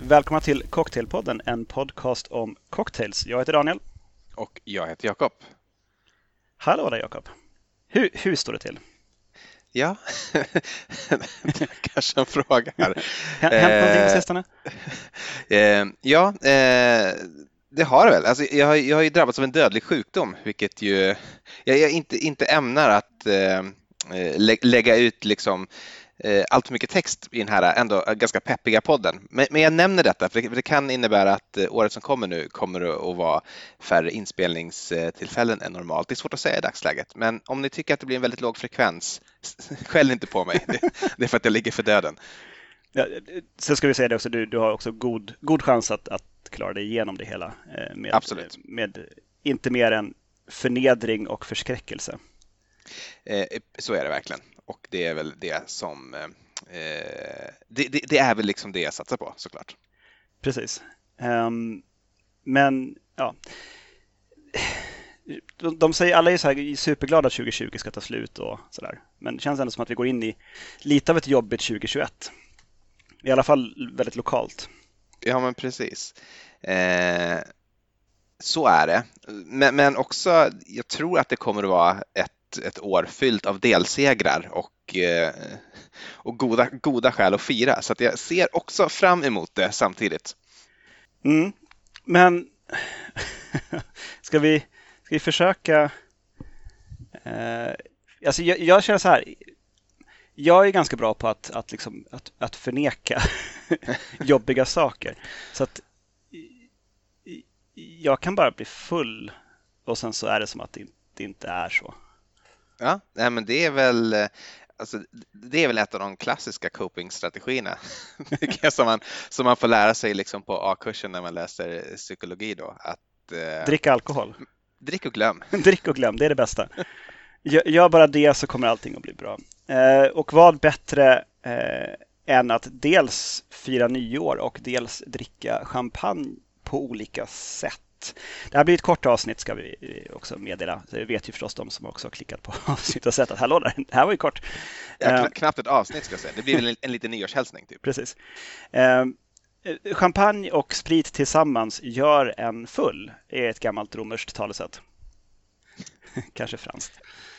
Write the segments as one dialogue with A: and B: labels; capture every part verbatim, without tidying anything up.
A: Välkomna till Cocktailpodden, en podcast om cocktails. Jag heter Daniel.
B: Och jag heter Jakob.
A: Hallå där Jakob. Hur, hur står det till?
B: Ja, kanske en fråga här.
A: Hänt eh, någonting på sistone?
B: Eh, ja, eh, det har det väl. Alltså, jag, har, jag har ju drabbats av en dödlig sjukdom, vilket ju jag, jag inte, inte ämnar att eh, lä, lägga ut liksom allt för mycket text i den här ändå ganska peppiga podden. Men, men jag nämner detta för det, för det kan innebära att året som kommer nu kommer att vara färre inspelningstillfällen än normalt. Det är svårt att säga i dagsläget, men om ni tycker att det blir en väldigt låg frekvens, skäll inte på mig. Det, det är för att jag ligger för döden.
A: Ja, så ska vi säga det också, du, du har också god, god chans att, att klara dig igenom det hela. Med,
B: Absolut.
A: Med inte mer än förnedring och förskräckelse.
B: Eh, så är det verkligen. Och det är väl det som eh, det, det, det är väl liksom det jag satsar på, såklart.
A: Precis. Um, men ja, de, de säger alla är så här superglada att tjugo tjugo ska ta slut och sådär. Men det känns ändå som att vi går in i lite av ett jobbigt tjugo tjugoett. I alla fall väldigt lokalt.
B: Ja, men precis. Eh, så är det. Men, men också, jag tror att det kommer att vara ett ett år fyllt av delsegrar och, och goda, goda skäl att fira. Så att jag ser också fram emot det samtidigt.
A: Mm. Men ska vi, ska vi försöka... Eh, alltså jag, jag känner så här. Jag är ganska bra på att, att, liksom, att, att förneka jobbiga saker. Så att jag kan bara bli full och sen så är det som att det, det inte är så.
B: Ja, nej, men det är väl alltså, det är väl ett av de klassiska coping-strategierna som man som man får lära sig liksom på A-kursen när man läser psykologi då att
A: eh, dricka alkohol.
B: Drick och glöm.
A: Drick och glöm, det är det bästa. Gör bara det så kommer allting att bli bra. Eh, och vad bättre eh, än att dels fira nyår och dels dricka champagne på olika sätt. Det här blir ett kort avsnitt ska vi också meddela. Det vet ju förstås de som också har klickat på avsnitt och sett att hallå där, det här var ju kort.
B: Ja, knappt ett avsnitt ska jag säga. Det blir en, en liten nyårshälsning typ.
A: Precis. Eh, champagne och sprit tillsammans gör en full är ett gammalt romerskt talesätt. Kanske franskt.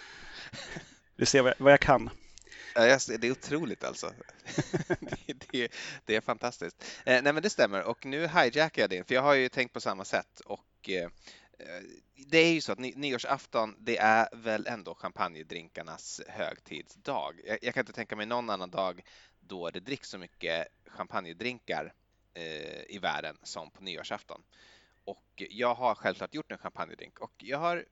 A: Du ser vad jag, vad jag kan.
B: Ja, det är otroligt alltså. det, det, det är fantastiskt. Eh, nej men det stämmer och nu hijackar jag det för jag har ju tänkt på samma sätt och eh, det är ju så att ny, nyårsafton det är väl ändå champagnedrinkarnas högtidsdag. Jag, jag kan inte tänka mig någon annan dag då det dricks så mycket champagnedrinkar eh, i världen som på nyårsafton. Och jag har självklart gjort en champagnedrink och jag har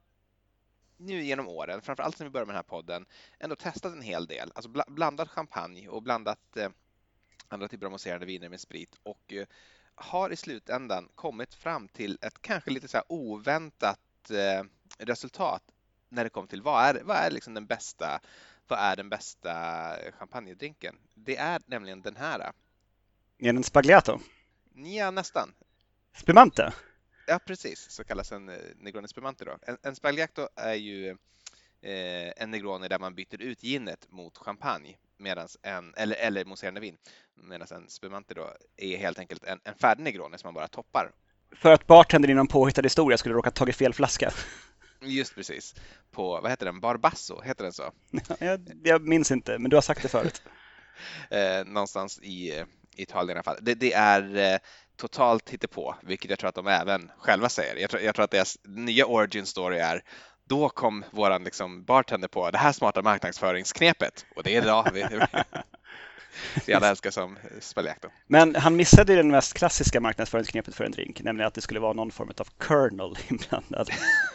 B: nu genom åren, framförallt när vi började med den här podden, ändå testat en hel del. Alltså bl- blandat champagne och blandat eh, andra typer av mousserande viner med sprit och eh, har i slutändan kommit fram till ett kanske lite så här oväntat eh, resultat när det kommer till vad är, vad är liksom den bästa vad är den bästa champagnedrinken? Det är nämligen den här.
A: Är det en Sbagliato?
B: Ja, nästan.
A: Spumante?
B: Ja, precis. Så kallas en Negroni Spumante då. En, en Sbagliato är ju eh, en Negroni där man byter ut ginet mot champagne medans en, eller, eller mousserande vin. Medan en Spumante då är helt enkelt en, en färdig Negroni som man bara toppar.
A: För att bartender i någon påhittad historia skulle råka tagit fel flaska.
B: Just precis. På, vad heter den? Barbasso, heter den så?
A: jag, jag minns inte, men du har sagt det förut.
B: eh, någonstans i, i Italien i alla fall. Det, det är eh, totalt hittepå, vilket jag tror att de även själva säger. Jag tror, jag tror att deras nya origin story är då kom våran liksom bartender på det här smarta marknadsföringsknepet. Och det är idag vi, vi alla älskar som Sbagliato.
A: Men han missade ju den mest klassiska marknadsföringsknepet för en drink, nämligen att det skulle vara någon form av kernel inblandad.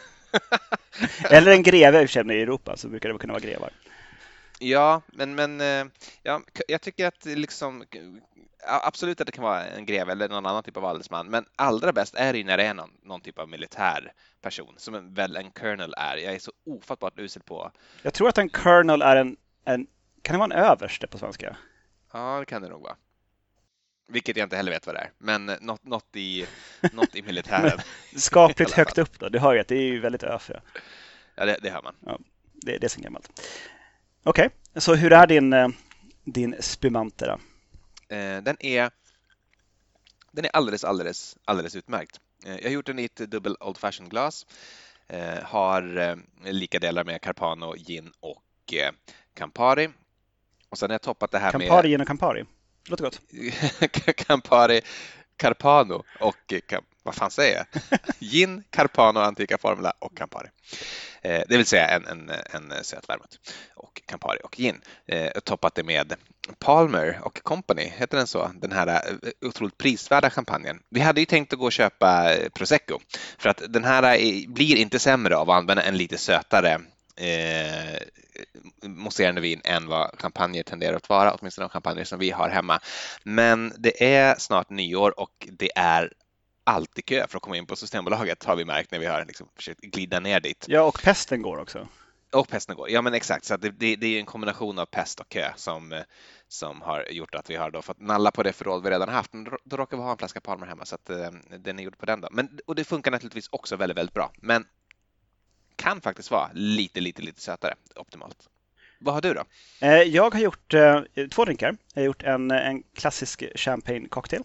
A: Eller en greve i och för sig, i Europa så brukar det kunna vara grevar.
B: Ja, men, men ja, jag tycker att liksom absolut att det kan vara en greve eller någon annan typ av adelsman, men allra bäst är det ju när det är någon, någon typ av militär person, som en, väl en colonel är. Jag är så ofattbart usel på.
A: Jag tror att en colonel är en, en kan det vara en överste på svenska?
B: Ja, det kan det nog vara. Vilket jag inte heller vet vad det är, men något, något, i, något i militären.
A: Skapligt högt upp då, du hör ju att det är ju väldigt öfre.
B: Ja, det, det hör man.
A: Ja, det, det är så gammalt. Okej, okay. Så hur är din, din spumante då?
B: Eh, den är Den är alldeles, alldeles, alldeles utmärkt. Jag har gjort den i ett dubbel Old Fashion glas. Eh, har eh, lika delar med Carpano, gin och eh, Campari. Och sen har jag toppat det här
A: Campari,
B: med...
A: Campari, gin och Campari. Det låter gott.
B: Campari, Carpano och... Vad fan säger jag? Gin, Carpano, Antica Formula och Campari. Eh, det vill säga en, en, en söt vermouth och Campari och gin. Eh, toppat det med Palmer och Company, heter den så? Den här otroligt prisvärda champagnen. Vi hade ju tänkt att gå och köpa Prosecco för att den här är, blir inte sämre av att använda en lite sötare eh, mousserande vin än vad champagne tenderar att vara, åtminstone de champagner som vi har hemma. Men det är snart nyår och det är alltid kö för att komma in på Systembolaget, har vi märkt när vi har liksom försökt glida ner dit.
A: Ja, och pesten går också.
B: Och pesten går, ja men exakt. Så det, det, det är en kombination av pest och kö som, som har gjort att vi har då fått nalla på det förråd vi redan haft. Men då, då råkar vi ha en flaska Palmer hemma så att eh, den är gjord på den då. Men, och det funkar naturligtvis också väldigt, väldigt bra. Men kan faktiskt vara lite, lite, lite sötare, optimalt. Vad har du då?
A: Jag har gjort eh, två drinkar. Jag har gjort en, en klassisk champagne cocktail.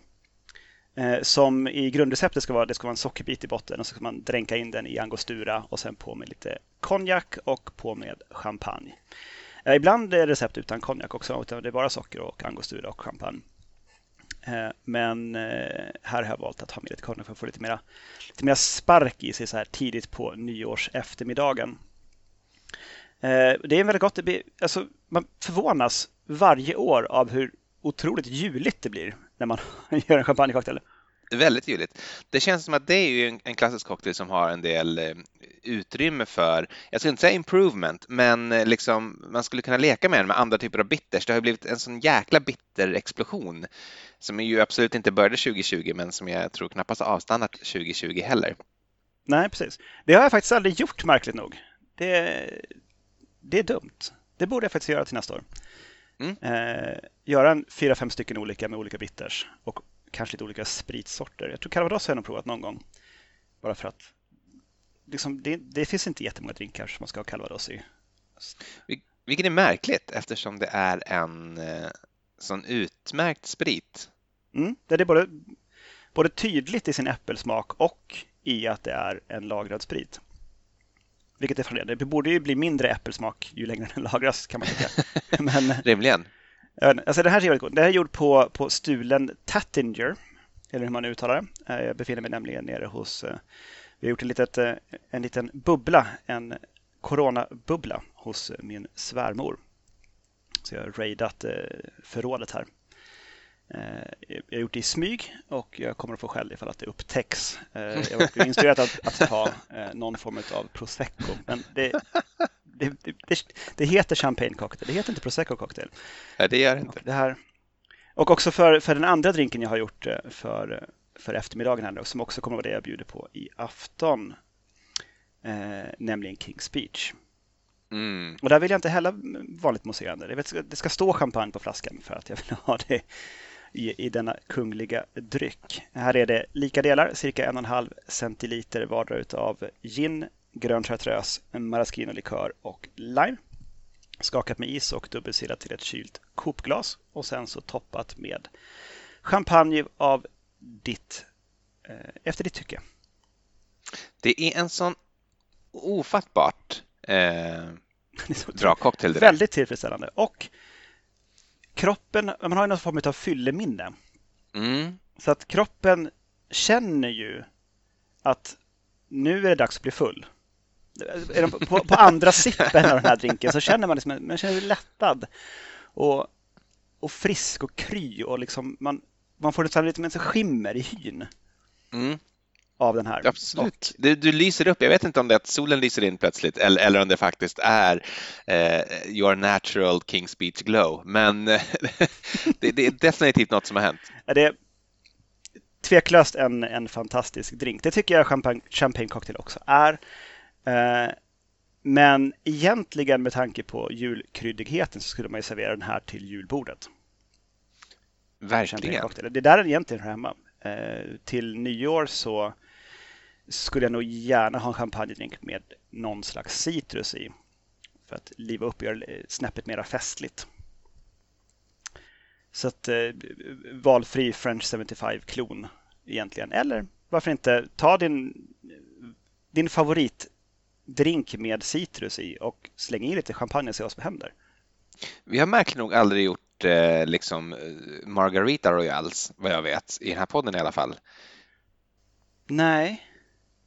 A: Som i grundreceptet ska vara, det ska vara en sockerbit i botten och så ska man dränka in den i angostura och sen på med lite konjak och på med champagne. Ibland är recept utan konjak också, utan det är bara socker och angostura och champagne. Men här har jag valt att ha med lite konjak för att få lite mera, lite mera spark i sig så här tidigt på nyårs eftermiddagen. Det är väldigt gott. Det blir, alltså, man förvånas varje år av hur otroligt juligt det blir när man gör en champagnecocktail.
B: Väldigt juligt. Det känns som att det är ju en, en klassisk cocktail som har en del eh, utrymme för, jag skulle inte säga improvement, men eh, liksom, man skulle kunna leka med den med andra typer av bitters. Det har blivit en sån jäkla bitterexplosion som ju absolut inte började tjugo tjugo men som jag tror knappast har avstannat tjugo tjugo heller.
A: Nej, precis. Det har jag faktiskt aldrig gjort, märkligt nog. Det, det är dumt. Det borde jag faktiskt göra till nästa år. Mm. Eh, göra en fyra, fem stycken olika med olika bitters och kanske lite olika spritsorter. Jag tror Calvados har jag nog provat någon gång. Bara för att liksom, det, det finns inte jättemånga drinkar som man ska ha Calvados i.
B: Vilket är märkligt eftersom det är en eh, sån utmärkt sprit.
A: Mm, det är både, både tydligt i sin äppelsmak och i att det är en lagrad sprit. Vilket är från det. Det borde ju bli mindre äppelsmak ju längre den lagras, kan man tycka. Men,
B: rimligen.
A: Alltså det här är väldigt gott. Det här är gjort på, på stulen Tattinger, eller hur man uttalar det. Jag befinner mig nämligen nere hos... Vi har gjort en, litet, en liten bubbla, en coronabubbla hos min svärmor. Så jag har raidat förrådet här. Jag har gjort det i smyg och jag kommer att få skäll ifall att det upptäcks. Jag var instruerad att, att ta någon form av prosecco, men det, det, det, det heter champagne cocktail, det heter inte prosecco cocktail.
B: Nej, det gör det inte.
A: Det här. Och också för, för den andra drinken jag har gjort för, för eftermiddagen här nu, som också kommer att vara det jag bjuder på i afton, eh, nämligen King's Speech. Mm. Och där vill jag inte heller vanligt mousserande. Det ska, det ska stå champagne på flaskan för att jag vill ha det i, i denna kungliga dryck. Här är det lika delar, cirka en och en halv centiliter vardera utav gin, grön chartreuse, maraschino-likör och lime. Skakat med is och dubbelsilat till ett kylt kopglas och sen så toppat med champagne av ditt, eh, efter ditt tycke.
B: Det är en sån ofattbart eh, bra cocktail. Det
A: väldigt tillfredsställande. Och kroppen, man har ju någon form av fylleminne. Mm. Så att kroppen känner ju att nu är det dags att bli full. På, på andra sippen av den här drinken så känner man liksom, man känner sig lättad och, och frisk och kry och liksom man, man får nästan lite mer skimmer i hyn. Mm. Av den här.
B: Absolut. Du, du lyser upp. Jag vet inte om det är att solen lyser in plötsligt eller, eller om det faktiskt är eh, your natural King's Speech glow. Men det, det är definitivt något som har hänt.
A: Det är tveklöst en, en fantastisk drink. Det tycker jag champagne, champagne cocktail också är. Eh, men egentligen med tanke på julkryddigheten så skulle man ju servera den här till julbordet.
B: Verkligen.
A: Det är där den egentligen hör hemma. Eh, till nyår så skulle jag nog gärna ha en champagnedrink med någon slags citrus i för att liva upp och göra snäppet mer festligt. Så att eh, valfri French sjuttiofem-klon egentligen. Eller varför inte ta din, din favoritdrink med citrus i och släng i lite champagne och se vad som händer.
B: Vi har märkligt nog aldrig gjort eh, liksom Margarita Royals, vad jag vet, i den här podden i alla fall.
A: Nej.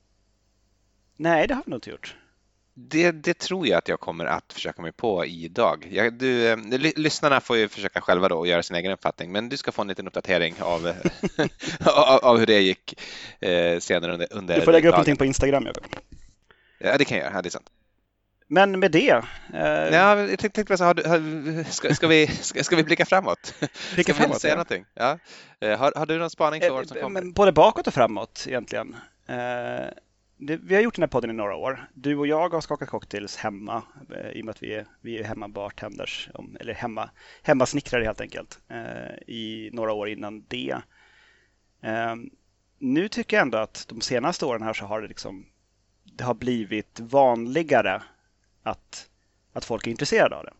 A: Nej, det har vi nog inte gjort.
B: Det, det tror jag att jag kommer att försöka mig på idag. Jag, du, l- lyssnarna får ju försöka själva då och göra sin egen uppfattning, men du ska få en liten uppdatering av, av, av hur det gick eh, senare under, under
A: Du får lägga upp
B: dagen.
A: någonting på Instagram, Jakob.
B: Ja, det kan jag göra. Ja, det är sant.
A: Men med det... Eh...
B: Ja, jag tänkte, tänkte har, har, ska, ska, vi, ska, ska vi blicka framåt?
A: Blicka
B: ska
A: framåt,
B: vi säga
A: ja.
B: någonting? Ja. Har, har du någon spaning för året som kommer?
A: Men både bakåt och framåt egentligen. Eh, det, vi har gjort den här podden i några år. Du och jag har skakat cocktails hemma eh, i och med att vi är, vi är hemma bartenders, om, eller hemma, hemmasnickrare helt enkelt, eh, i några år innan det. Eh, nu tycker jag ändå att de senaste åren här så har det liksom det har blivit vanligare att, att folk är intresserade av det.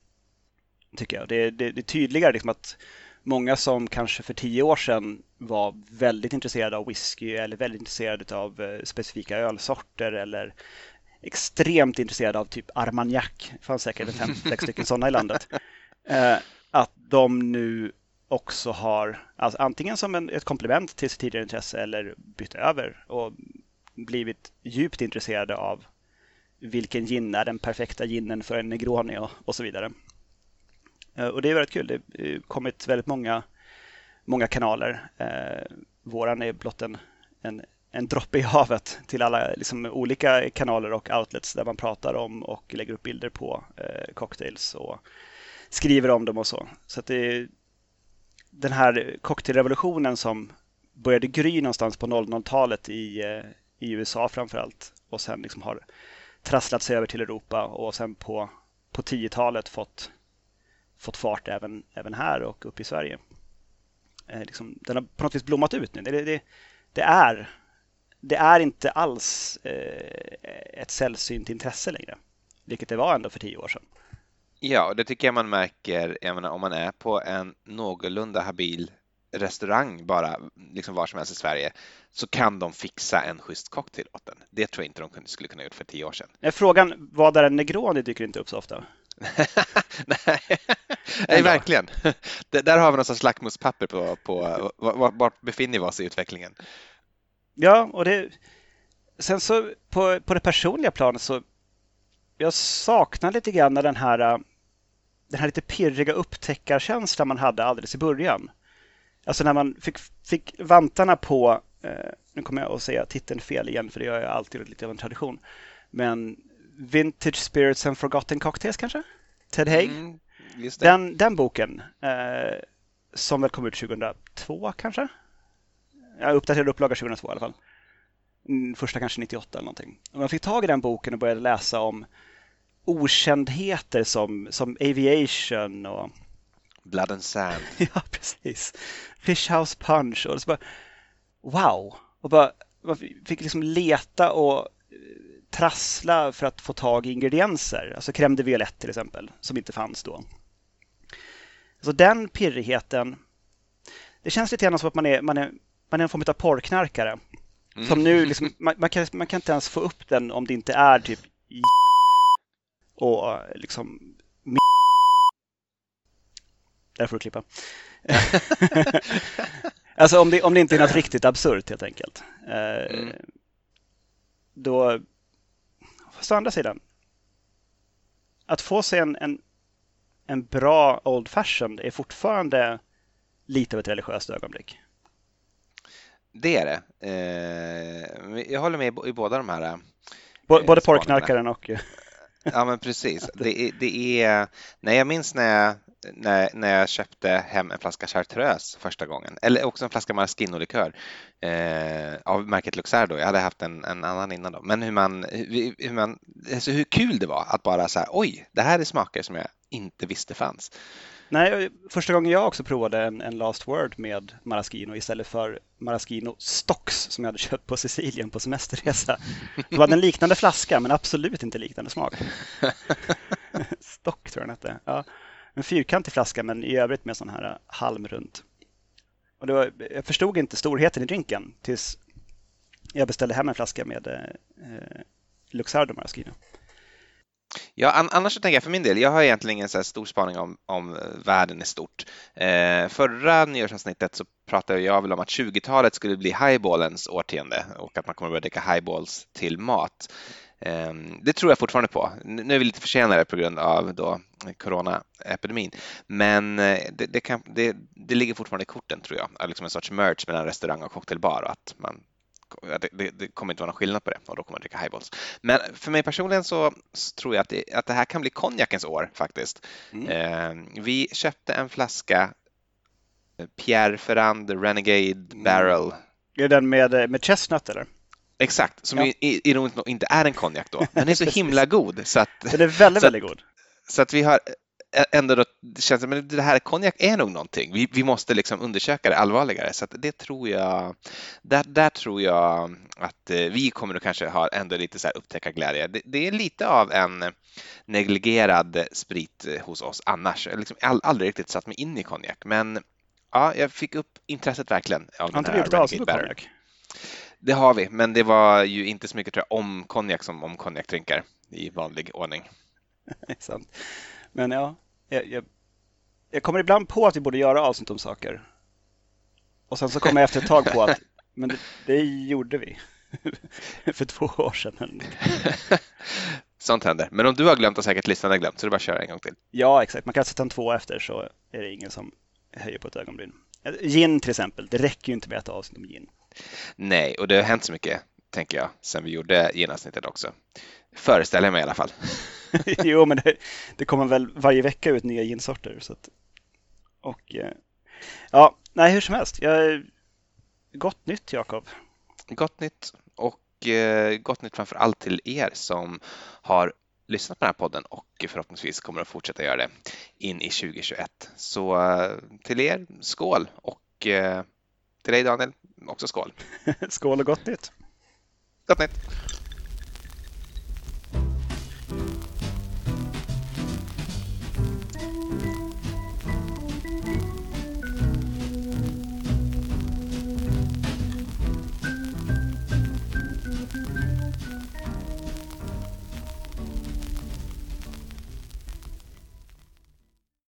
A: Tycker jag. Det, det, det är tydligare liksom att många som kanske för tio år sedan var väldigt intresserade av whisky eller väldigt intresserade av specifika ölsorter eller extremt intresserade av typ Armagnac, det fanns säkert fem, sex stycken sådana i landet, eh, att de nu också har, alltså antingen som en, ett komplement till sitt tidigare intresse eller bytt över och blivit djupt intresserade av vilken gin är den perfekta ginen för en Negroni och, och så vidare. Och det är väldigt kul. Det har kommit väldigt många, många kanaler. Eh, våran är blott en, en, en droppe i havet till alla liksom, olika kanaler och outlets där man pratar om och lägger upp bilder på eh, cocktails och skriver om dem och så. Så att det är den här cocktailrevolutionen som började gry någonstans på noll noll-talet i, eh, i U S A framförallt och sen liksom har trasslat sig över till Europa och sen på, på tiotalet fått fått fart även, även här och upp i Sverige. Eh, liksom, den har på något vis blommat ut nu. Det, det, det, är, det är inte alls eh, ett sällsynt intresse längre, vilket det var ändå för tio år sedan.
B: Ja, det tycker jag man märker, jag menar, om man är på en någorlunda habil restaurang bara liksom var som helst i Sverige så kan de fixa en schysst cocktail åt den. Det tror jag inte de skulle kunna gjort för tio år sedan.
A: Frågan, vad är en Negroni dyker inte upp så ofta.
B: Nej, Nej verkligen. Där har vi någon sorts lackmuspapper på, på var, var befinner vi oss i utvecklingen.
A: Ja, och det sen så på, på det personliga planet så jag saknar lite grann den här den här lite pirriga upptäckarkänslan man hade alldeles i början. Alltså när man fick, fick vantarna på eh, nu kommer jag att säga titeln fel igen för det gör jag alltid lite av en tradition. Men Vintage Spirits and Forgotten Cocktails kanske? Ted Haig. Mm, den, den boken eh, som väl kom ut tjugohundratvå kanske? Jag uppdaterade upplaga tjugohundratvå i alla fall. Första kanske nittioåtta eller någonting. Och jag fick tag i den boken och började läsa om okändheter som, som aviation och
B: Blood and Sand.
A: Ja, precis. Fish House Punch och så bara wow. Och bara man fick liksom leta och trassla för att få tag i ingredienser. Alltså crème de violette till exempel, som inte fanns då. Så den pirrigheten, det känns lite grann som att man är, man är, man är en form av porrknarkare. Mm. Som nu, liksom, man, man, kan, man kan inte ens få upp den om det inte är typ och liksom där får du klippa. Alltså om det, om det inte är något riktigt absurt helt enkelt. Mm. Då fast å andra sidan att få sig en, en, en bra old fashioned är fortfarande lite av ett religiöst ögonblick.
B: Det är det. Eh, jag håller med i, i båda de här. Eh,
A: Både porrknarkaren och...
B: Ja, men precis. Det är, det är, nej, jag minns när jag, när, när jag köpte hem en flaska Chartreuse första gången. Eller också en flaska Maraschino-likör eh, av märket Luxar då. Jag hade haft en, en annan innan då. Men hur man, hur, hur man, alltså hur kul det var att bara så här, oj, det här är smaker som jag inte visste fanns.
A: Nej, första gången jag också provade en, en Last Word med Maraschino istället för Maraschino Stocks som jag hade köpt på Sicilien på semesterresa. Det var en liknande flaska men absolut inte liknande smak. Stock tror jag den hette. Ja. en fyrkantig flaska, men i övrigt med sån här halmrunt. Och det var, jag förstod inte storheten i drinken tills jag beställde hem en flaska med eh, Luxardo Maraschino.
B: Ja, an- annars så tänker jag för min del, jag har egentligen ingen så här stor spaning om, om världen är stort. Eh, förra nyårsavsnittet så pratade jag väl om att tjugotalet skulle bli highballens årtionde och att man kommer att börja dricka highballs till mat. Eh, det tror jag fortfarande på. Nu är vi lite försenade på grund av då coronaepidemin, men det, det, kan, det, det ligger fortfarande i korten tror jag, liksom en sorts merge mellan restaurang och cocktailbar och att man Det, det, det kommer inte vara någon skillnad på det och då kommer man dricka highballs. Men för mig personligen så, så tror jag att det, att det här kan bli konjakens år faktiskt. Mm. Eh, vi köpte en flaska Pierre Ferrand Renegade mm. Barrel.
A: Är den med, med chestnut eller?
B: Exakt, som ja. ironiskt nog inte är en konjak då. Den är så himla god. Så att,
A: den är väldigt,
B: så
A: väldigt god.
B: Att, så att vi har ändå då, det känns som att det här konjak är nog någonting. Vi, vi måste liksom undersöka det allvarligare. Så att det tror jag, där, där tror jag att vi kommer att kanske ha ändå lite så här upptäcka glädje. Det, det är lite av en negligerad sprit hos oss annars. Jag har liksom all, aldrig riktigt satt mig in i konjak. Men ja, jag fick upp intresset verkligen av
A: den här Renegade Barrel.
B: Det har vi, men det var ju inte så mycket tror jag, om konjak som om konjakdrinkar i vanlig ordning.
A: Sant. Men ja, jag, jag, jag kommer ibland på att vi borde göra avsnitt om saker. Och sen så kommer jag efter ett tag på att men det, det gjorde vi för två år sedan.
B: Sånt händer. Men om du har glömt och säkert listan har glömt så är det bara att köra en gång till.
A: Ja, exakt. Man kan sätta en två efter så är det ingen som höjer på ett ögonbryn. Gin till exempel, det räcker ju inte med ett avsnitt om gin.
B: Nej, och det har hänt så mycket, tänker jag, sen vi gjorde gin-avsnittet också. Föreställer jag mig i alla fall.
A: Jo, men det, det kommer väl varje vecka ut nya ginsorter. Så att, och ja, nej, hur som helst. Jag, gott nytt, Jakob.
B: Gott nytt och eh, gott nytt framför allt till er som har lyssnat på den här podden och förhoppningsvis kommer att fortsätta göra det in i tjugo tjugoett. Så eh, till er, skål och eh, till dig Daniel, också skål.
A: Skål och gott nytt.
B: Gott nytt.